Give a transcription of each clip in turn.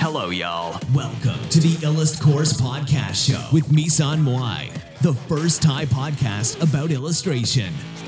Hello, y'all. Welcome to the Illust Course Podcast Show with Misan Moai, the first Thai podcast about illustration.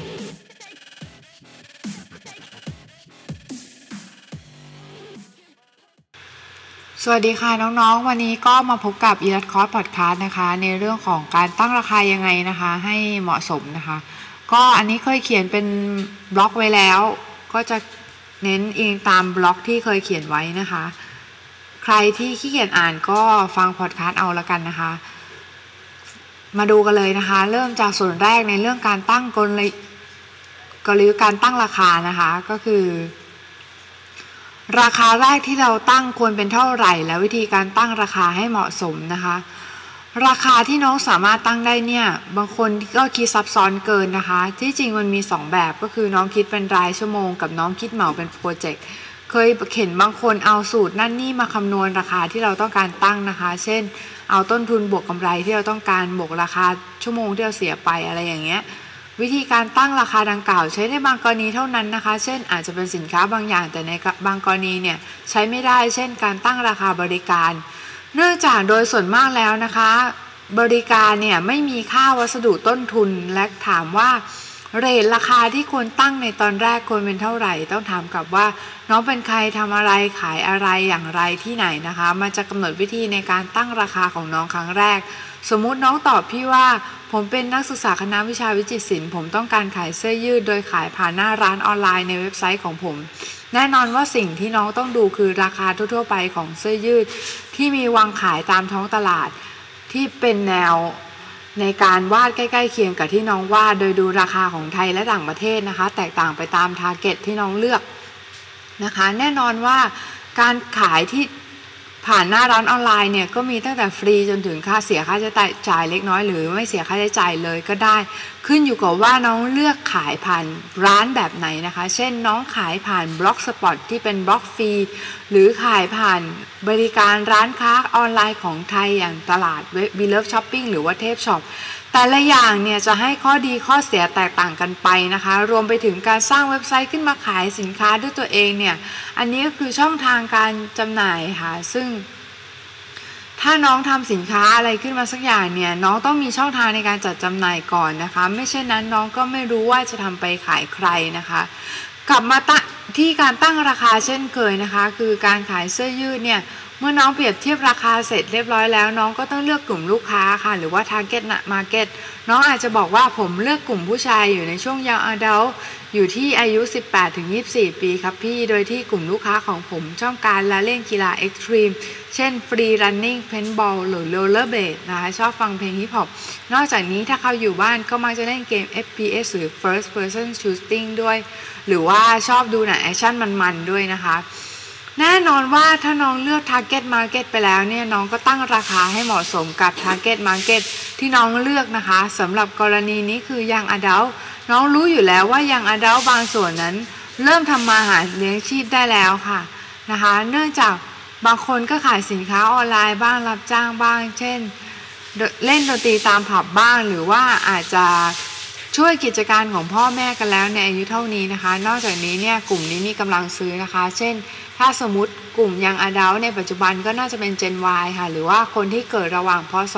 สวัสดีค่ะน้องๆวันนี้ก็มาพบกับ Illust Course Podcast นะคะในเรื่องของการตั้งราคายังไงนะคะให้เหมาะสมนะคะก็อันนี้เคยเขียนเป็นบล็อกไว้แล้วก็จะเน้นอิงตามบล็อกที่เคยเขียนไว้นะคะใครที่ขี้เกียจอ่านก็ฟังพอดคาสต์เอาละกันนะคะมาดูกันเลยนะคะเริ่มจากส่วนแรกในเรื่องการตั้งกลยุทธ์การตั้งราคานะคะก็คือราคาแรกที่เราตั้งควรเป็นเท่าไหร่และวิธีการตั้งราคาให้เหมาะสมนะคะราคาที่น้องสามารถตั้งได้เนี่ยบางคนก็คิดซับซ้อนเกินนะคะที่จริงมันมี2แบบก็คือน้องคิดเป็นรายชั่วโมงกับน้องคิดเหมาเป็นโปรเจกต์เคยเห็นบางคนเอาสูตรนั่นนี่มาคำนวณราคาที่เราต้องการตั้งนะคะเช่นเอาต้นทุนบวกกำไรที่เราต้องการบวกราคาชั่วโมงที่เราเสียไปอะไรอย่างเงี้ยวิธีการตั้งราคาดังกล่าวใช้ในบางกรณีเท่านั้นนะคะเช่นอาจจะเป็นสินค้าบางอย่างแต่ในบางกรณีเนี่ยใช้ไม่ได้เช่นการตั้งราคาบริการเนื่องจากโดยส่วนมากแล้วนะคะบริการเนี่ยไม่มีค่าวัสดุต้นทุนและถามว่าเรทราคาที่ควรตั้งในตอนแรกควรเป็นเท่าไหร่ต้องถามกลับว่าน้องเป็นใครทำอะไรขายอะไรอย่างไรที่ไหนนะคะมันจะกำหนดวิธีในการตั้งราคาของน้องครั้งแรกสมมุติน้องตอบพี่ว่าผมเป็นนักศึกษาคณะวิชาวิจิตรศิลป์ผมต้องการขายเสื้อยืดโดยขายผ่านหน้าร้านออนไลน์ในเว็บไซต์ของผมแน่นอนว่าสิ่งที่น้องต้องดูคือราคาทั่วๆไปของเสื้อยืดที่มีวางขายตามท้องตลาดที่เป็นแนวในการวาดใกล้ๆเคียงกับที่น้องวาดโดยดูราคาของไทยและต่างประเทศนะคะแตกต่างไปตามทาร์เก็ตที่น้องเลือกนะคะแน่นอนว่าการขายที่ผ่านหน้าร้านออนไลน์เนี่ยก็มีตั้งแต่ฟรีจนถึงค่าเสียค่าใช้จ่ายเล็กน้อยหรือไม่เสียค่าใช้จ่ายเลยก็ได้ขึ้นอยู่กับว่าน้องเลือกขายผ่านร้านแบบไหนนะคะเช่นน้องขายผ่านบล็อกสปอตที่เป็นบล็อกฟรีหรือขายผ่านบริการร้านค้าออนไลน์ของไทยอย่างตลาดWe Love Shopping หรือว่าเทพช็อปแต่ละอย่างเนี่ยจะให้ข้อดีข้อเสียแตกต่างกันไปนะคะรวมไปถึงการสร้างเว็บไซต์ขึ้นมาขายสินค้าด้วยตัวเองเนี่ยอันนี้ก็คือช่องทางการจำหน่ายค่ะซึ่งถ้าน้องทำสินค้าอะไรขึ้นมาสักอย่างเนี่ยน้องต้องมีช่องทางในการจัดจำหน่ายก่อนนะคะไม่เช่นนั้นน้องก็ไม่รู้ว่าจะทำไปขายใครนะคะกลับมาที่การตั้งราคาเช่นเคยนะคะคือการขายเสื้อยืดเนี่ยเมื่อน้องเปรียบเทียบราคาเสร็จเรียบร้อยแล้วน้องก็ต้องเลือกกลุ่มลูกค้าค่ะหรือว่า target market น้องอาจจะบอกว่าผมเลือกกลุ่มผู้ชายอยู่ในช่วง young adult อยู่ที่อายุ 18-24 ปีครับพี่โดยที่กลุ่มลูกค้าของผมต้องการและเล่นกีฬา extreme เช่น free running paintball หรือ roller blade นะคะชอบฟังเพลงฮิปฮอปนอกจากนี้ถ้าเขาอยู่บ้านก็มักจะเล่นเกม FPS หรือ first person shooting ด้วยหรือว่าชอบดูหนังแอคชั่นมันๆด้วยนะคะแน่นอนว่าถ้าน้องเลือก target market ไปแล้วเนี่ยน้องก็ตั้งราคาให้เหมาะสมกับ target market ที่น้องเลือกนะคะสำหรับกรณีนี้คือ young adult น้องรู้อยู่แล้วว่า young adult บางส่วนนั้นเริ่มทำมาหาเลี้ยงชีพได้แล้วค่ะนะคะเนื่องจากบางคนก็ขายสินค้าออนไลน์บ้างรับจ้างบ้างเช่นเล่นดนตรีตามผับบ้างหรือว่าอาจจะช่วยกิจการของพ่อแม่กันแล้วในอายุเท่านี้นะคะนอกจากนี้เนี่ยกลุ่มนี้มีกำลังซื้อนะคะเช่นถ้าสมมุติกลุ่มยังอดัลในปัจจุบันก็น่าจะเป็น Gen Y ค่ะหรือว่าคนที่เกิดระหว่างพศ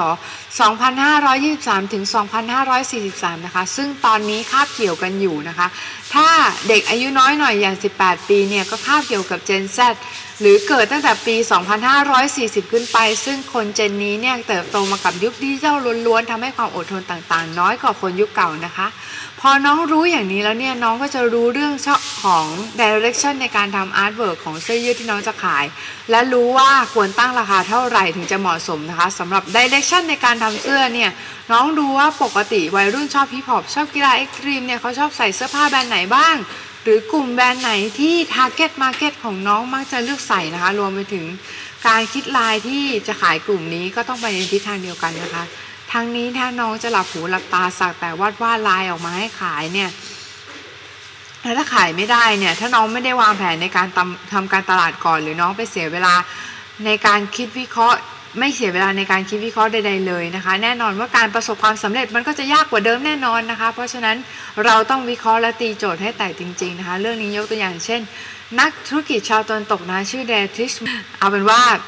2523ถึง2543นะคะซึ่งตอนนี้คาบเกี่ยวกันอยู่นะคะถ้าเด็กอายุน้อยหน่อยอย่าง18ปีเนี่ยก็คาบเกี่ยวกับ Gen Z หรือเกิดตั้งแต่ปี2540ขึ้นไปซึ่งคนเจนนี้เนี่ยเติบโตมากับยุคดิจิทัลล้วนๆทำให้ความอดทนต่างๆน้อยกว่าคนยุคเก่านะคะพอน้องรู้อย่างนี้แล้วเนี่ยน้องก็จะรู้เรื่องของ direction ในการทำ artwork ของเสื้อยืดที่น้องจะขายและรู้ว่าควรตั้งราคาเท่าไหร่ถึงจะเหมาะสมนะคะสำหรับ direction ในการทำเสื้อเนี่ยน้องดูว่าปกติวัยรุ่นชอบฮิปฮอปชอบกีฬาเอ็กซ์ตรีมเนี่ยเขาชอบใส่เสื้อผ้าแบรนด์ไหนบ้างหรือกลุ่มแบรนด์ไหนที่ target market ของน้องมักจะเลือกใส่นะคะรวมไปถึงการคิดลายที่จะขายกลุ่มนี้ก็ต้องไปในทิศทางเดียวกันนะคะทั้งนี้ถ้าน้องจะหลับหูหลับตาสักแต่วาดลายออกมาให้ขายเนี่ยแล้วถ้าขายไม่ได้เนี่ยถ้าน้องไม่ได้วางแผนในการทำการตลาดก่อนหรือน้องไปเสียเวลาในการคิดวิเคราะห์ไม่เสียเวลาในการคิดวิเคราะห์ใดๆเลยนะคะแน่นอนว่าการประสบความสำเร็จมันก็จะยากกว่าเดิมแน่นอนนะคะเพราะฉะนั้นเราต้องวิเคราะห์และตีโจทย์ให้แตกจริงๆนะคะเรื่องนี้ยกตัวอย่างเช่นนักธุรกิจชาวตะวันตกนะชื่อเดทริชเอาเป็นว่า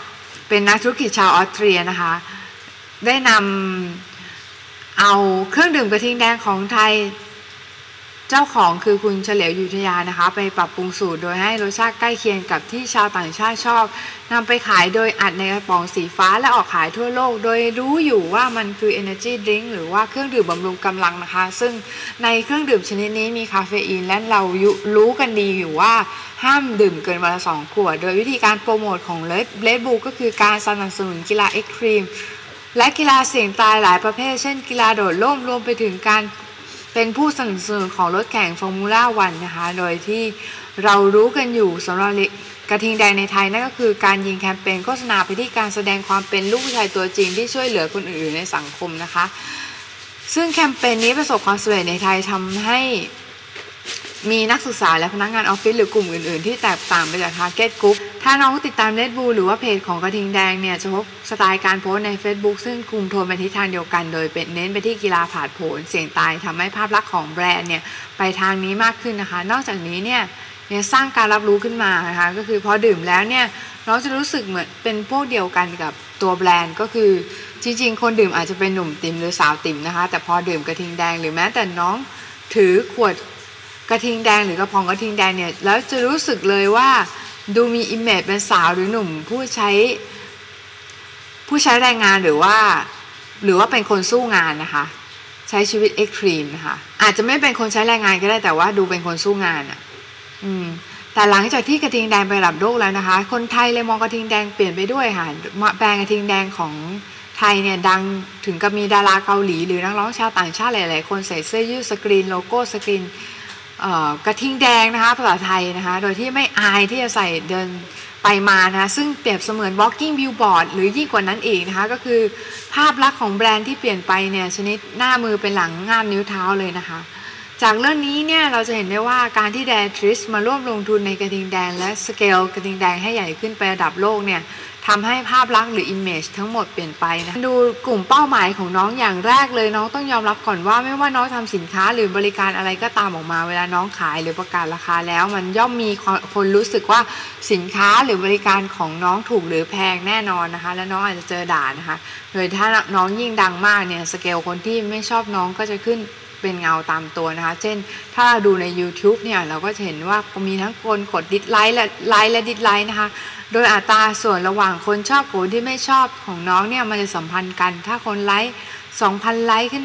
เป็นนักธุรกิจชาวออสเตรียนะคะได้นำเอาเครื่องดื่มกระทิงแดงของไทยเจ้าของคือคุณเฉลียวยุทธยานะคะไปปรับปรุงสูตรโดยให้รสชาติใกล้เคียงกับที่ชาวต่างชาติชอบนำไปขายโดยอัดในกระป๋องสีฟ้าและออกขายทั่วโลกโดยรู้อยู่ว่ามันคือ energy drink หรือว่าเครื่องดื่มบำรุงกำลังนะคะซึ่งในเครื่องดื่มชนิดนี้มีคาเฟอีนและเรารู้กันดีอยู่ว่าห้ามดื่มเกินวันละ2 ขวดโดยวิธีการโปรโมทของRed Bullก็คือการสนับสนุนกีฬาเอ็กซ์ตรีมและกีฬาเสี่ยงตายหลายประเภทเช่นกีฬาโดดร่มรวมไปถึงการเป็นผู้สนับสนุนของรถแข่งฟอร์มูล่าวันนะคะโดยที่เรารู้กันอยู่สำหรับกระทิงแดงในไทยนั่นก็คือการยิงแคมเปญโฆษณาไปที่การแสดงความเป็นลูกผู้ชายตัวจริงที่ช่วยเหลือคนอื่นในสังคมนะคะซึ่งแคมเปญนี้ประสบความสำเร็จในไทยทำให้มีนักศึกษาและพนักงานออฟฟิศหรือกลุ่มอื่นๆที่แตกต่างไปจาก Target Group ถ้าน้องติดตาม Red Bull หรือว่าเพจของกระทิงแดงเนี่ยจะพบสไตล์การโพสใน Facebook ซึ่งกลุ่มโทนไปทิศทางเดียวกันโดยเน้นไปที่กีฬาผาดโผนเสี่ยงตายทำให้ภาพลักษณ์ของแบรนด์เนี่ยไปทางนี้มากขึ้นนะคะนอกจากนี้เนี่ยสร้างการรับรู้ขึ้นมานะคะก็คือพอดื่มแล้วเนี่ยน้องจะรู้สึกเหมือนเป็นพวกเดียวกันกับตัวแบรนด์ก็คือจริงๆคนดื่มอาจจะเป็นหนุ่มติ่มหรือสาวติ่มนะคะแต่พอดื่มกระทิงแดงหรือแม้แต่น้องถือขวดกระทิงแดงหรือกระป๋องกระทิงแดงเนี่ยแล้วจะรู้สึกเลยว่าดูมีอิมเมจเป็นสาวหรือหนุ่มผู้ใช้แรงงานหรือว่าเป็นคนสู้งานนะคะใช้ชีวิตเอ็กซ์ตรีมนะคะอาจจะไม่เป็นคนใช้แรงงานก็ได้แต่ว่าดูเป็นคนสู้งานแต่หลังจากที่กระทิงแดงไประดับโลกแล้วนะคะคนไทยเลยมองกระทิงแดงเปลี่ยนไปด้วยค่ะแบรนด์กระทิงแดงของไทยเนี่ยดังถึงกับมีดาราเกาหลีหรือนักร้องชาวต่างชาติหลายๆคนใส่เสื้อยืดสกรีนโลโก้สกรีนกระทิงแดงนะคะภาษาไทยนะคะโดยที่ไม่อายที่จะใส่เดินไปมานะคะซึ่งเปรียบเสมือน walking billboard หรือยิ่งกว่านั้นอีกนะคะก็คือภาพลักษณ์ของแบรนด์ที่เปลี่ยนไปเนี่ยชนิดหน้ามือเป็นหลังง่ามนิ้วเท้าเลยนะคะจากเรื่องนี้เนี่ยเราจะเห็นได้ว่าการที่แดทริสมาร่วมลงทุนในกระทิงแดงและสเกลกระทิงแดงให้ใหญ่ขึ้นไประดับโลกเนี่ยทำให้ภาพลักษณ์หรือ image ทั้งหมดเปลี่ยนไปนะดูกลุ่มเป้าหมายของน้องอย่างแรกเลยน้องต้องยอมรับก่อนว่าไม่ว่าน้องทำสินค้าหรือบริการอะไรก็ตามออกมาเวลาน้องขายหรือประกาศราคาแล้วมันย่อมมีคนรู้สึกว่าสินค้าหรือบริการของน้องถูกหรือแพงแน่นอนนะคะและน้องอาจจะเจอด่านะคะโดยถ้าน้องยิ่งดังมากเนี่ยสเกลคนที่ไม่ชอบน้องก็จะขึ้นเป็นเงาตามตัวนะคะเช่นถ้าเราดูใน YouTube เนี่ยเราก็จะเห็นว่ามีทั้งคนกดดิสไลค์และดิสไลค์นะคะโดยอัตราส่วนระหว่างคนชอบกับคนที่ไม่ชอบของน้องเนี่ยมันจะสัมพันธ์กันถ้าคนไลค์ 2,000 ไลค์ขึ้น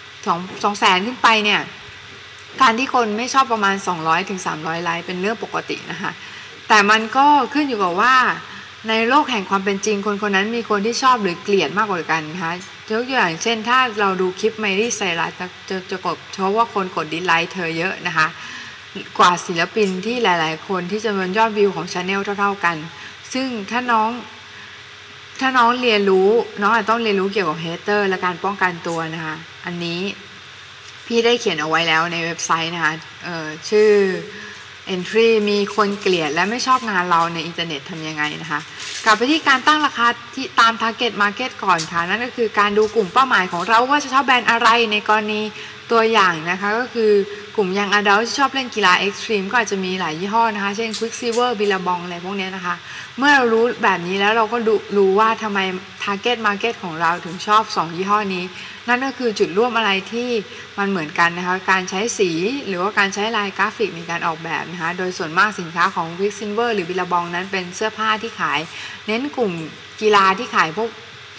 200,000ขึ้นไปเนี่ยการที่คนไม่ชอบประมาณ200 ถึง 300 ไลค์เป็นเรื่องปกตินะคะแต่มันก็ขึ้นอยู่กับว่าในโลกแห่งความเป็นจริงคนนั้นมีคนที่ชอบหรือเกลียดมากกว่ากันนะคะยกตัวอย่างเช่นถ้าเราดูคลิปไมลี่ไซรัสจะกดเพราะว่าคนกดดิสไลค์เธอเยอะนะคะกว่าศิลปินที่หลายๆคนที่จำนวนยอดวิวของชาแนลเท่าๆกันซึ่งถ้าน้องเรียนรู้น้องอาจต้องเรียนรู้เกี่ยวกับเฮเตอร์และการป้องกันตัวนะคะอันนี้พี่ได้เขียนเอาไว้แล้วในเว็บไซต์นะคะชื่อ entry มีคนเกลียดและไม่ชอบงานเราในอินเทอร์เน็ตทำยังไงนะคะกลับไปที่การตั้งราคาที่ตาม target market ก่อนค่ะนั่นก็คือการดูกลุ่มเป้าหมายของเราว่าจะชอบแบรนด์อะไรในกรณีตัวอย่างนะคะก็คือกลุ่มยัง adult ที่ชอบเล่นกีฬา extreme ก็อาจจะมีหลายยี่ห้อนะคะเช่น Quicksilver Billabong อะไรพวกนี้นะคะเมื่อเรารู้แบบนี้แล้วเราก็รู้ว่าทำไม target market ของเราถึงชอบ2ยี่ห้อนี้นั่นก็คือจุดร่วมอะไรที่มันเหมือนกันนะคะการใช้สีหรือว่าการใช้ลายกราฟิกในการออกแบบนะคะโดยส่วนมากสินค้าของ Quicksilver หรือ Billabong นั้นเป็นเสื้อผ้าที่ขายเน้นกลุ่มกีฬาที่ขายพวก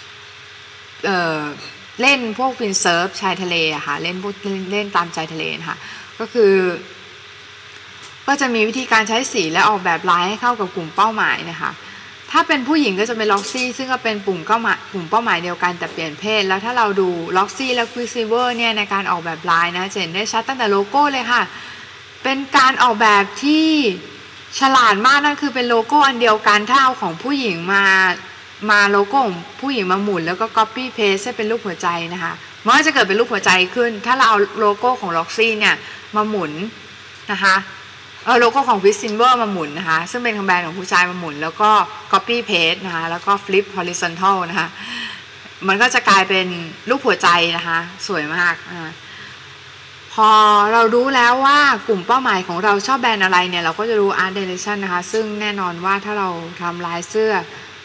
เล่นพวกวินเซิร์ฟชายทะเลอะค่ะเล่นตามชายทะเลนะคะก็คือก็จะมีวิธีการใช้สีและออกแบบลายให้เข้ากับกลุ่มเป้าหมายนะคะถ้าเป็นผู้หญิงก็จะเป็นล็อกซี่ซึ่งก็เป็นกลุ่มเป้าหมายเดียวกันแต่เปลี่ยนเพศแล้วถ้าเราดูล็อกซี่และควิกซิลเวอร์เนี่ยในการออกแบบลายนะจะเห็นได้ชัดตั้งแต่โลโก้เลยค่ะเป็นการออกแบบที่ฉลาดมากนั่นคือเป็นโลโก้อันเดียวกันถ้าเอาของผู้หญิงมาโลโก้ของผู้หญิงมาหมุนแล้วก็ copy paste ให้เป็นรูปหัวใจนะคะมันก็จะเกิดเป็นรูปหัวใจขึ้นถ้าเราเอาโลโก้ของล็อกซี่เนี่ยมาหมุนนะคะโลโก้ของ Quicksilver มาหมุนนะคะซึ่งเป็นแบรนด์ของผู้ชายมาหมุนแล้วก็ copy paste นะคะแล้วก็ flip horizontal นะคะมันก็จะกลายเป็นรูปหัวใจนะคะสวยมากนะคะพอเรารู้แล้วว่ากลุ่มเป้าหมายของเราชอบแบรนด์อะไรเนี่ยเราก็จะรู้ art direction นะคะซึ่งแน่นอนว่าถ้าเราทำลายเสื้อ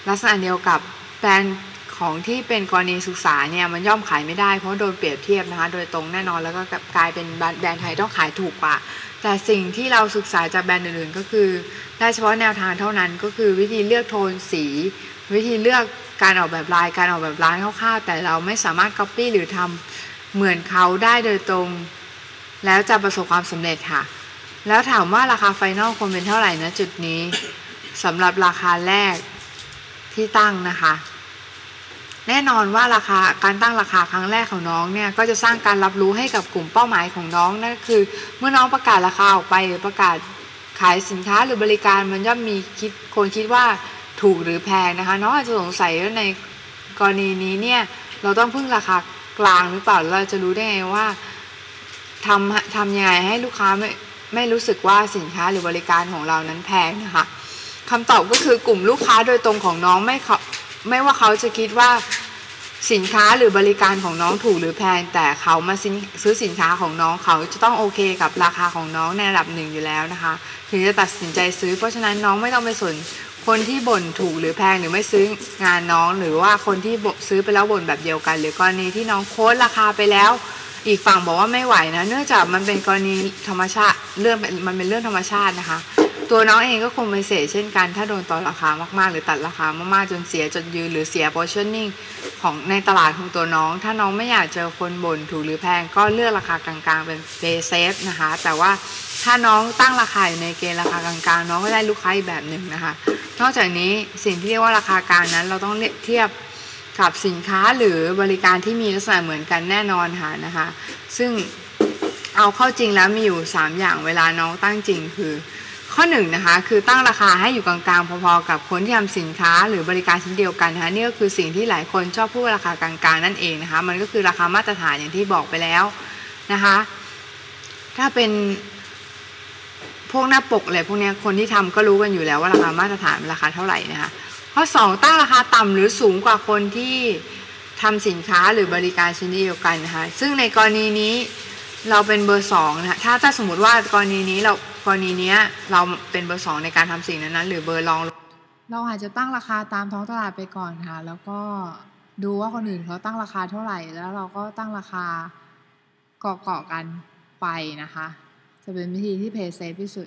ลักษณะเดียวกับแบรนด์ของที่เป็นกรณีศึกษาเนี่ยมันย่อมขายไม่ได้เพราะโดนเปรียบเทียบนะคะโดยตรงแน่นอนแล้วก็กลายเป็นแบรนด์ไทยต้องขายถูกกว่าแต่สิ่งที่เราศึกษาจากแบรนด์อื่นๆก็คือได้เฉพาะแนวทางเท่านั้นก็คือวิธีเลือกโทนสีวิธีเลือกการออกแบบลายการออกแบบร้านคร่าวๆแต่เราไม่สามารถ copy หรือทำเหมือนเขาได้โดยตรงแล้วจะประสบความสำเร็จค่ะแล้วถามว่าราคาไฟนอลควรเป็นเท่าไหร่นะจุดนี้สำหรับราคาแรกที่ตั้งนะคะแน่นอนว่าการตั้งราคาครั้งแรกของน้องเนี่ยก็จะสร้างการรับรู้ให้กับกลุ่มเป้าหมายของน้องนั่นคือเมื่อน้องประกาศราคาออกไปหรือประกาศขายสินค้าหรือบริการมันย่อมมีคนคิดว่าถูกหรือแพงนะคะน้องอาจจะสงสัยว่าในกรณีนี้เนี่ยเราต้องพึ่งราคากลางหรือเปล่าเราจะรู้ได้ไงว่าทำยังไงให้ลูกค้าไม่รู้สึกว่าสินค้าหรือบริการของเรานั้นแพงนะคะคำตอบก็คือกลุ่มลูกค้าโดยตรงของน้องไม่ว่าเขาจะคิดว่าสินค้าหรือบริการของน้องถูกหรือแพงแต่เขามาซื้อสินค้าของน้องเขาจะต้องโอเคกับราคาของน้องในระดับหนึ่งอยู่แล้วนะคะถึงจะตัดสินใจซื้อเพราะฉะนั้นน้องไม่ต้องไปสนคนที่บ่นถูกหรือแพงหรือไม่ซื้องานน้องหรือว่าคนที่ซื้อไปแล้วบ่นแบบเดียวกันหรือกรณีที่น้องโค้ดราคาไปแล้วอีกฝั่งบอกว่าไม่ไหวนะเนื่องจากมันเป็นกรณีธรรมชาติมันเป็นเรื่องธรรมชาตินะคะตัวน้องเองก็คงเป็นเศษเช่นกันถ้าโดนต่อราคามากๆหรือตัดราคามากๆจนเสียจนยืนหรือเสีย positioning ของในตลาดของตัวน้องถ้าน้องไม่อยากเจอคนบ่นถูกหรือแพงก็เลือกราคากลางๆเป็น play safe นะคะแต่ว่าถ้าน้องตั้งราคาอยู่ในเกณฑ์ราคากลางๆน้องก็ได้ลูกค้าอีกแบบหนึ่งนะคะนอกจากนี้สิ่งที่เรียกว่าราคากลางนั้นเราต้องเทียบกับสินค้าหรือบริการที่มีลักษณะเหมือนกันแน่นอนค่ะนะคะซึ่งเอาเข้าจริงแล้วมีอยู่3อย่างเวลาน้องตั้งจริงคือข้อ1นะคะคือตั้งราคาให้อยู่กลางๆพอๆกับคนที่ทำสินค้าหรือบริการชิ้นเดียวกันนะคะนี่ก็คือสิ่งที่หลายคนชอบพูดราคากลางๆนั่นเองนะคะมันก็คือราคามาตรฐานอย่างที่บอกไปแล้วนะคะถ้าเป็นพวกหน้าปกอะไรพวกนี้คนที่ทำก็รู้กันอยู่แล้วว่าราคามาตรฐานราคาเท่าไหร่นะคะข้อ2ตั้งราคาต่ำหรือสูงกว่าคนที่ทำสินค้าหรือบริการชิ้นเดียวกันนะคะซึ่งในกรณีนี้เราเป็นเบอร์2นะคะถ้าสมมติว่ากรณีนี้เราเป็นเบอร์2ในการทำสิ่งนั้นหรือเบอร์รองเราอาจจะตั้งราคาตามท้องตลาดไปก่อนค่ะแล้วก็ดูว่าคนอื่นเขาตั้งราคาเท่าไหร่แล้วเราก็ตั้งราคาเกาะกันไปนะคะจะเป็นวิธีที่เพย์เซฟที่สุด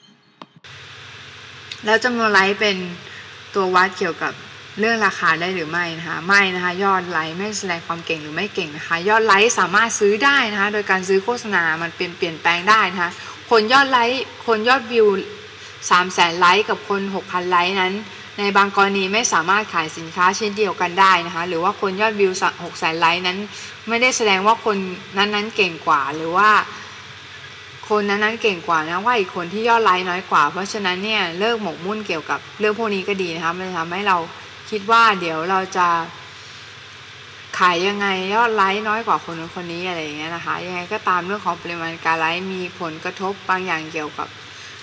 แล้วจำนวนไลค์เป็นตัววัดเกี่ยวกับเรื่องราคาได้หรือไม่นะคะไม่นะคะยอดไลค์ไม่แสดงความเก่งหรือไม่เก่งนะคะยอดไลค์สามารถซื้อได้นะคะโดยการซื้อโฆษณามันเปลี่ยนแปลงได้นะคะคนยอดไลค์คนยอดวิว300,000ไลค์กับคน 6,000 ไลค์นั้นในบางกรณีไม่สามารถขายสินค้าชิ้นเดียวกันได้นะคะหรือว่าคนยอดวิว 600,000 ไลค์นั้นไม่ได้แสดงว่าคนนั้นเก่งกว่าหรือว่าคนนั้นเก่งกว่านะว่าอีกคนที่ยอดไลค์น้อยกว่าเพราะฉะนั้นเนี่ยเลิกหมกมุ่นเกี่ยวกับเรื่องพวกนี้ก็ดีนะคะมันจะทำให้เราคิดว่าเดี๋ยวเราจะขายยังไงยอดไลค์น้อยกว่าคนนี้อะไรอย่างเงี้ยนะคะยังไงก็ตามเรื่องของปริมาณการไลค์มีผลกระทบบางอย่างเกี่ยวกับ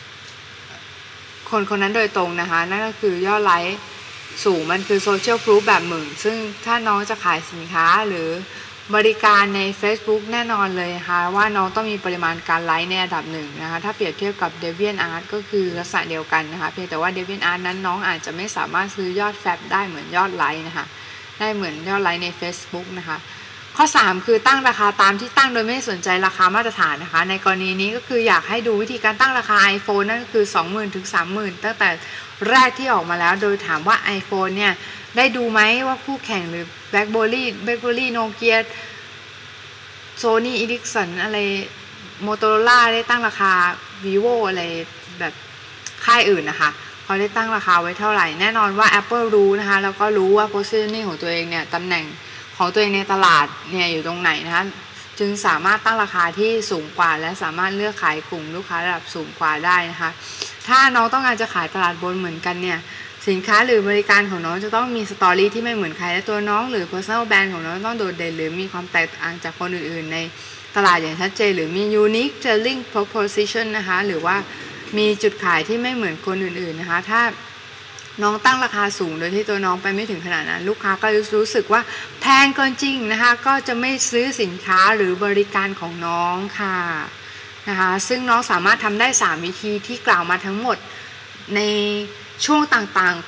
คนนั้นโดยตรงนะคะนั่นก็คือยอดไลค์สูงมันคือโซเชียลพรูฟแบบ1ซึ่งถ้าน้องจะขายสินค้าหรือบริการใน Facebook แน่นอนเลยนะคะว่าน้องต้องมีปริมาณการไลค์ในระดับ1นะคะถ้าเปรียบเทียบกับ DeviantArt ก็คือลักษณะเดียวกันนะคะเพียงแต่ว่า DeviantArt นั้นน้องอาจจะไม่สามารถซื้อยอดแฟบได้เหมือนยอดไลค์นะคะได้เหมือนยอดไลค์ใน Facebook นะคะข้อ3คือตั้งราคาตามที่ตั้งโดยไม่สนใจราคามาตรฐานนะคะในกรณีนี้ก็คืออยากให้ดูวิธีการตั้งราคา iPhone นั่นก็คือ 20,000 ถึง 30,000 ตั้งแต่แรกที่ออกมาแล้วโดยถามว่า iPhone เนี่ยได้ดูไหมว่าคู่แข่งหรือ BlackBerry Nokia Sony Ericsson อะไร Motorola ได้ตั้งราคา Vivo อะไรแบบค่ายอื่นนะคะเขาได้ตั้งราคาไว้เท่าไหร่แน่นอนว่า Apple รู้นะคะแล้วก็รู้ว่า positioning ของตัวเองเนี่ยตำแหน่งของตัวเองในตลาดเนี่ยอยู่ตรงไหนนะคะจึงสามารถตั้งราคาที่สูงกว่าและสามารถเลือกขายกลุ่มลูกค้าระดับสูงกว่าได้นะคะถ้าน้องต้องการจะขายตลาดบนเหมือนกันเนี่ยสินค้าหรือบริการของน้องจะต้องมีสตอรี่ที่ไม่เหมือนใครและตัวน้องหรือ personal brand ของน้องต้องโดดเด่นหรือมีความแตกต่างจากคนอื่นๆในตลาดอย่างชัดเจนหรือมี unique selling proposition นะคะหรือว่ามีจุดขายที่ไม่เหมือนคนอื่นๆนะคะถ้าน้องตั้งราคาสูงโดยที่ตัวน้องไปไม่ถึงขนาดนั้นลูกค้าก็รู้สึกว่าแพงเกินจริงนะคะก็จะไม่ซื้อสินค้าหรือบริการของน้องค่ะนะคะซึ่งน้องสามารถทำได้3วิธีที่กล่าวมาทั้งหมดในช่วงต่างๆ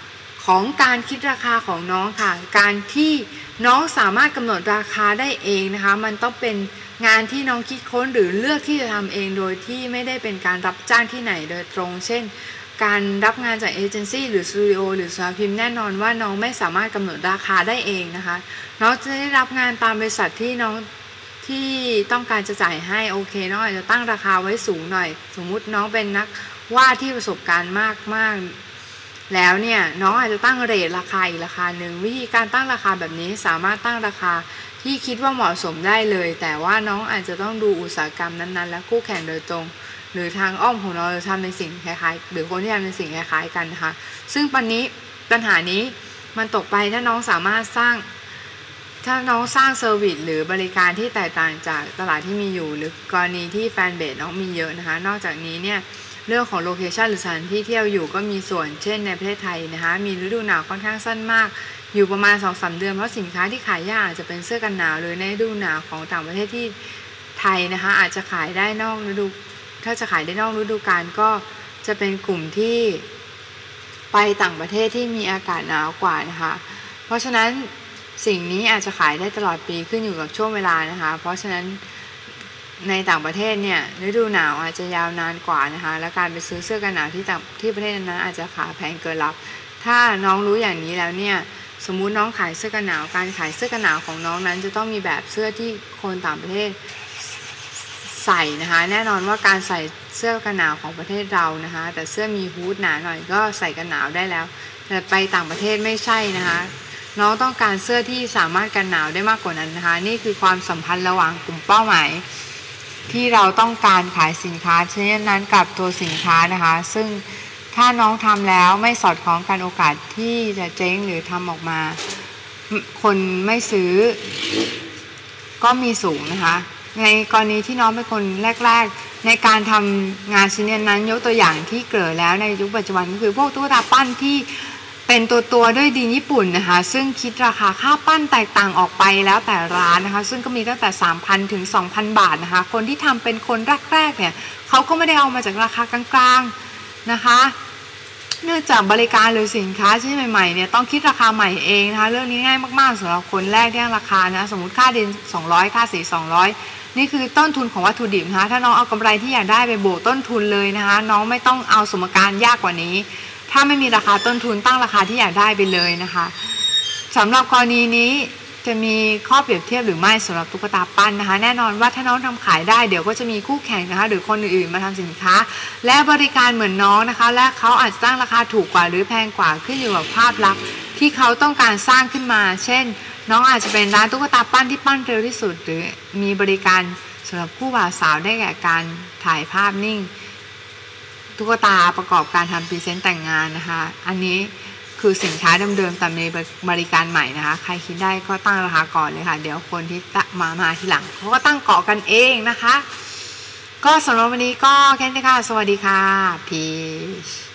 ของการคิดราคาของน้องค่ะการที่น้องสามารถกำหนดราคาได้เองนะคะมันต้องเป็นงานที่น้องคิดค้นหรือเลือกที่จะทำเองโดยที่ไม่ได้เป็นการรับจ้างที่ไหนโดยตรงเช่นการรับงานจากเอเจนซี่หรือสตูดิโอหรือสำนักพิมพ์แน่นอนว่าน้องไม่สามารถกำหนดราคาได้เองนะคะน้องจะได้รับงานตามบริษัทที่น้องที่ต้องการจะจ่ายให้โอเคน้องอาจจะตั้งราคาไว้สูงหน่อยสมมุติน้องเป็นนักวาดที่ประสบการณ์มากแล้วเนี่ยน้องอาจจะตั้งเรทราคาอีกราคาหนึ่งวิธีการตั้งราคาแบบนี้สามารถตั้งราคาที่คิดว่าเหมาะสมได้เลยแต่ว่าน้องอาจจะต้องดูอุตสาหกรรมนั้นๆและคู่แข่งโดยตรงหรือทางอ้อมของเราทำในสิ่งคล้ายๆหรือคนที่ทำในสิ่งคล้ายๆกันนะคะซึ่งปัญหานี้มันตกไปถ้าน้องสามารถสร้างเซอร์วิสหรือบริการที่แตกต่างจากตลาดที่มีอยู่หรือกรณีที่แฟนเบสน้องมีเยอะนะคะนอกจากนี้เนี่ยเรื่องของโลเคชันหรือสถานที่เที่ยวอยู่ก็มีส่วนเช่นในประเทศไทยนะคะมีฤดูหนาวค่อนข้างสั้นมากอยู่ประมาณ 2-3 เดือนเพราะสินค้าที่ขายยากอาจจะเป็นเสื้อกันหนาวหรือในฤดูหนาวของต่างประเทศที่ไทยนะคะอาจจะขายได้นอกฤดูถ้าจะขายได้นอกฤดูกาลก็จะเป็นกลุ่มที่ไปต่างประเทศที่มีอากาศหนาวกว่านะคะเพราะฉะนั้นสิ่งนี้อาจจะขายได้ตลอดปีขึ้นอยู่กับช่วงเวลานะคะเพราะฉะนั้นในต่างประเทศเนี่ยฤดูหนาวอาจจะยาวนานกว่านะคะและการไปซื้อเสื้อกันหนาวที่ประเทศนั้นอาจจะขายแพงเกินรับถ้าน้องรู้อย่างนี้แล้วเนี่ยสมมุติน้องขายเสื้อกันหนาวการขายเสื้อกันหนาวของน้องนั้นจะต้องมีแบบเสื้อที่คนต่างประเทศใส่นะคะแน่นอนว่าการใส่เสื้อกันหนาวของประเทศเรานะคะแต่เสื้อมีฮู้ดหนาหน่อยก็ใส่กันหนาวได้แล้วแต่ไปต่างประเทศไม่ใช่นะคะน้องต้องการเสื้อที่สามารถกันหนาวได้มากกว่านั้นนะคะนี่คือความสัมพันธ์ระหว่างกลุ่มเป้าหมายที่เราต้องการขายสินค้าชนิดนั้นกับตัวสินค้านะคะซึ่งถ้าน้องทำแล้วไม่สอดคล้องกันโอกาสที่จะเจ๊งหรือทำออกมาคนไม่ซื้อก็มีสูงนะคะในกรณีที่น้องเป็นคนแรกๆในการทำงานชิ้นนั้นยกตัวอย่างที่เกิดแล้วในยุคปัจจุบันก็คือพวกตุ๊กตาปั้นที่เป็นตัวด้วยดินญี่ปุ่นนะคะซึ่งคิดราคาค่าปั้นแตกต่างออกไปแล้วแต่ร้านนะคะซึ่งก็มีตั้งแต่ 3,000 ถึง 2,000 บาทนะคะคนที่ทำเป็นคนแรกๆเนี่ยเขาก็ไม่ได้เอามาจากราคากลางๆนะคะเนื่องจากบริการหรือสินค้าชิ้นใหม่ๆเนี่ยต้องคิดราคาใหม่เองนะคะเรื่องนี้ง่ายมากๆสำหรับคนแรกที่ราคานะสมมุติค่าดิน200ค่าสี200นี่คือต้นทุนของวัตถุดิบนะคะถ้าน้องเอากำไรที่อยากได้ไปบวกต้นทุนเลยนะคะน้องไม่ต้องเอาสมการยากกว่านี้ถ้าไม่มีราคาต้นทุนตั้งราคาที่อยากได้ไปเลยนะคะสำหรับกรณีนี้จะมีข้อเปรียบเทียบหรือไม่สำหรับตุ๊กตาปั้นนะคะแน่นอนว่าถ้าน้องทำขายได้เดี๋ยวก็จะมีคู่แข่งนะคะหรือคนอื่นๆมาทำสินค้าและบริการเหมือนน้องนะคะและเขาอาจจะตั้งราคาถูกกว่าหรือแพงกว่าขึ้นอยู่กับภาพลักษณ์ที่เขาต้องการสร้างขึ้นมาเช่นน้องอาจจะเป็นร้านตุ๊กตาปั้นที่ปั้นเร็วที่สุดหรือมีบริการสำหรับคู่บ่าวสาวได้แก่การถ่ายภาพนิ่งตุ๊กตาประกอบการทำพรีเซนต์แต่งงานนะคะอันนี้คือสินค้าเดิมๆแต่มีบริการใหม่นะคะใครคิดได้ก็ตั้งราคาก่อนเลยค่ะเดี๋ยวคนที่มาทีหลังเขาก็ตั้งเกาะกันเองนะคะก็สำหรับวันนี้ก็แค่นี้ค่ะสวัสดีค่ะพีช